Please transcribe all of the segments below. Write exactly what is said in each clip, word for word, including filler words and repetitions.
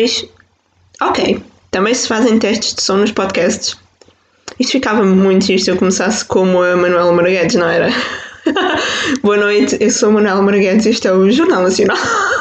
depois, ok, também se fazem testes de som nos podcasts. Isto ficava muito giro se eu começasse como a Manuela Marguedes, não era? Boa noite, eu sou a Manuela Marguedes e este é o Jornal Nacional.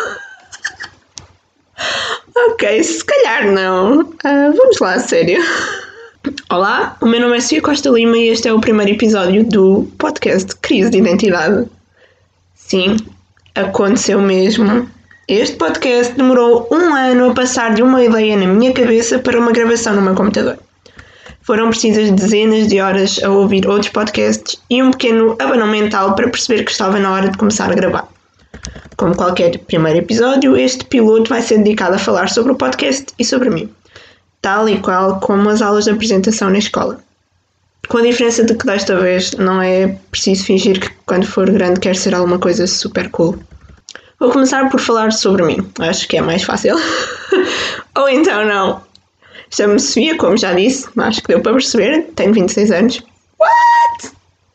Ok, se calhar não. Uh, vamos lá, a sério. Olá, o meu nome é Sofia Costa Lima e este é o primeiro episódio do podcast Crise de Identidade. Sim, aconteceu mesmo. Este podcast demorou um ano a passar de uma ideia na minha cabeça para uma gravação no meu computador. Foram precisas dezenas de horas a ouvir outros podcasts e um pequeno abanão mental para perceber que estava na hora de começar a gravar. Como qualquer primeiro episódio, este piloto vai ser dedicado a falar sobre o podcast e sobre mim, tal e qual como as aulas de apresentação na escola. Com a diferença de que desta vez não é preciso fingir que quando for grande quer ser alguma coisa super cool. Vou começar por falar sobre mim, acho que é mais fácil. Ou então não. Chamo-me Sofia, como já disse, acho que deu para perceber, tenho vinte e seis anos. What?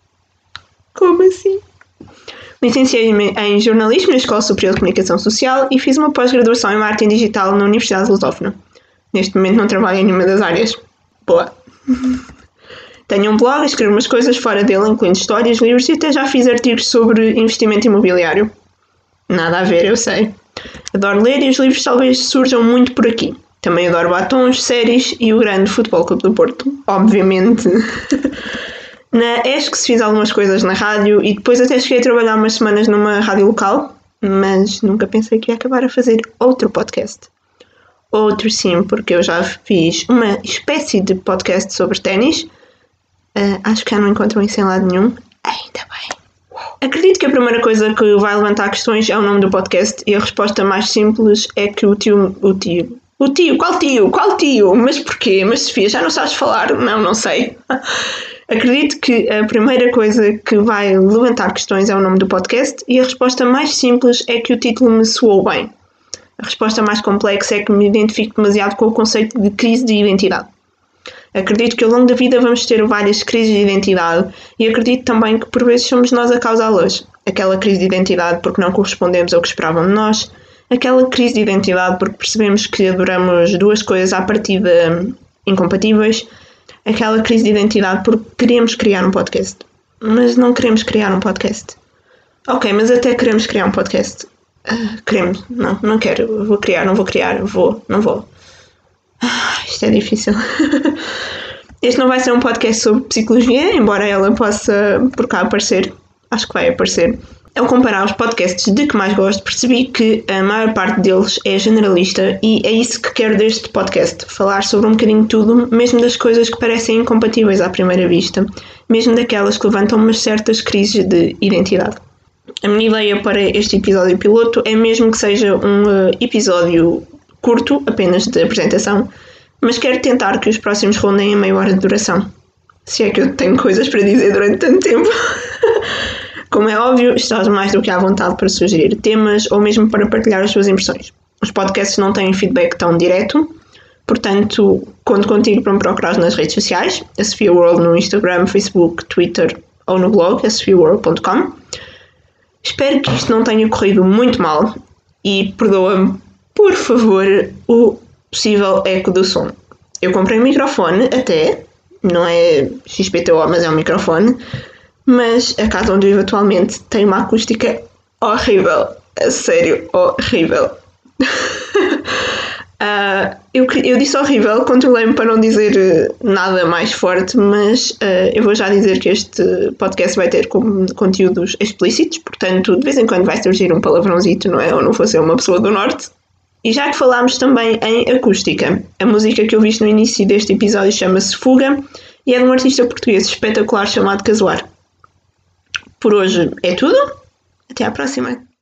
Como assim? Licenciei-me em jornalismo na Escola Superior de Comunicação Social e fiz uma pós-graduação em marketing digital na Universidade de Lusófona. Neste momento não trabalho em nenhuma das áreas. Boa. Tenho um blog, escrevo umas coisas fora dele, incluindo histórias, livros e até já fiz artigos sobre investimento imobiliário. Nada a ver, eu sei. Adoro ler e os livros talvez surjam muito por aqui. Também adoro batons, séries e o grande Futebol Clube do Porto, obviamente. Na E S C fiz algumas coisas na rádio e depois até cheguei a trabalhar umas semanas numa rádio local, mas nunca pensei que ia acabar a fazer outro podcast. Outro sim, porque eu já fiz uma espécie de podcast sobre ténis. Uh, acho que já não encontram isso em lado nenhum. Ainda bem. Acredito que a primeira coisa que vai levantar questões é o nome do podcast e a resposta mais simples é que o tio... O tio... O tio? Qual tio? Qual tio? Mas porquê? Mas Sofia, já não sabes falar? Não, não sei. Acredito que a primeira coisa que vai levantar questões é o nome do podcast e a resposta mais simples é que o título me soou bem. A resposta mais complexa é que me identifico demasiado com o conceito de crise de identidade. Acredito que ao longo da vida vamos ter várias crises de identidade e acredito também que por vezes somos nós a causá-las. Aquela crise de identidade porque não correspondemos ao que esperavam de nós, aquela crise de identidade porque percebemos que adoramos duas coisas à partida incompatíveis, aquela crise de identidade porque queremos criar um podcast, mas não queremos criar um podcast. Ok, mas até queremos criar um podcast. Uh, queremos, não, não quero, vou criar, não vou criar, vou, não vou. Ah, isto é difícil. Este não vai ser um podcast sobre psicologia, embora ela possa por cá aparecer, acho que vai aparecer. Ao comparar os podcasts de que mais gosto, percebi que a maior parte deles é generalista e é isso que quero deste podcast, falar sobre um bocadinho de tudo, mesmo das coisas que parecem incompatíveis à primeira vista, mesmo daquelas que levantam umas certas crises de identidade. A minha ideia para este episódio piloto é mesmo que seja um uh, episódio curto, apenas de apresentação, mas quero tentar que os próximos rondem a meia hora de duração. Se é que eu tenho coisas para dizer durante tanto tempo. Como é óbvio, estás mais do que à vontade para sugerir temas ou mesmo para partilhar as suas impressões. Os podcasts não têm feedback tão direto, portanto, conto contigo para me procurar nas redes sociais, a Sofia World no Instagram, Facebook, Twitter ou no blog, a sofia world ponto com. Espero que isto não tenha corrido muito mal e perdoa-me, por favor, o possível eco do som. Eu comprei um microfone até, não é X P T O, mas é um microfone, mas a casa onde vivo atualmente tem uma acústica horrível. A sério, horrível. uh, eu, eu disse horrível, controlei-me para não dizer nada mais forte, mas uh, eu vou já dizer que este podcast vai ter com, conteúdos explícitos, portanto, de vez em quando vai surgir um palavrãozito, não é? Ou não fosse uma pessoa do norte. E já que falámos também em acústica, a música que eu vi no início deste episódio chama-se Fuga e é de um artista português espetacular chamado Casoar. Por hoje é tudo. Até à próxima.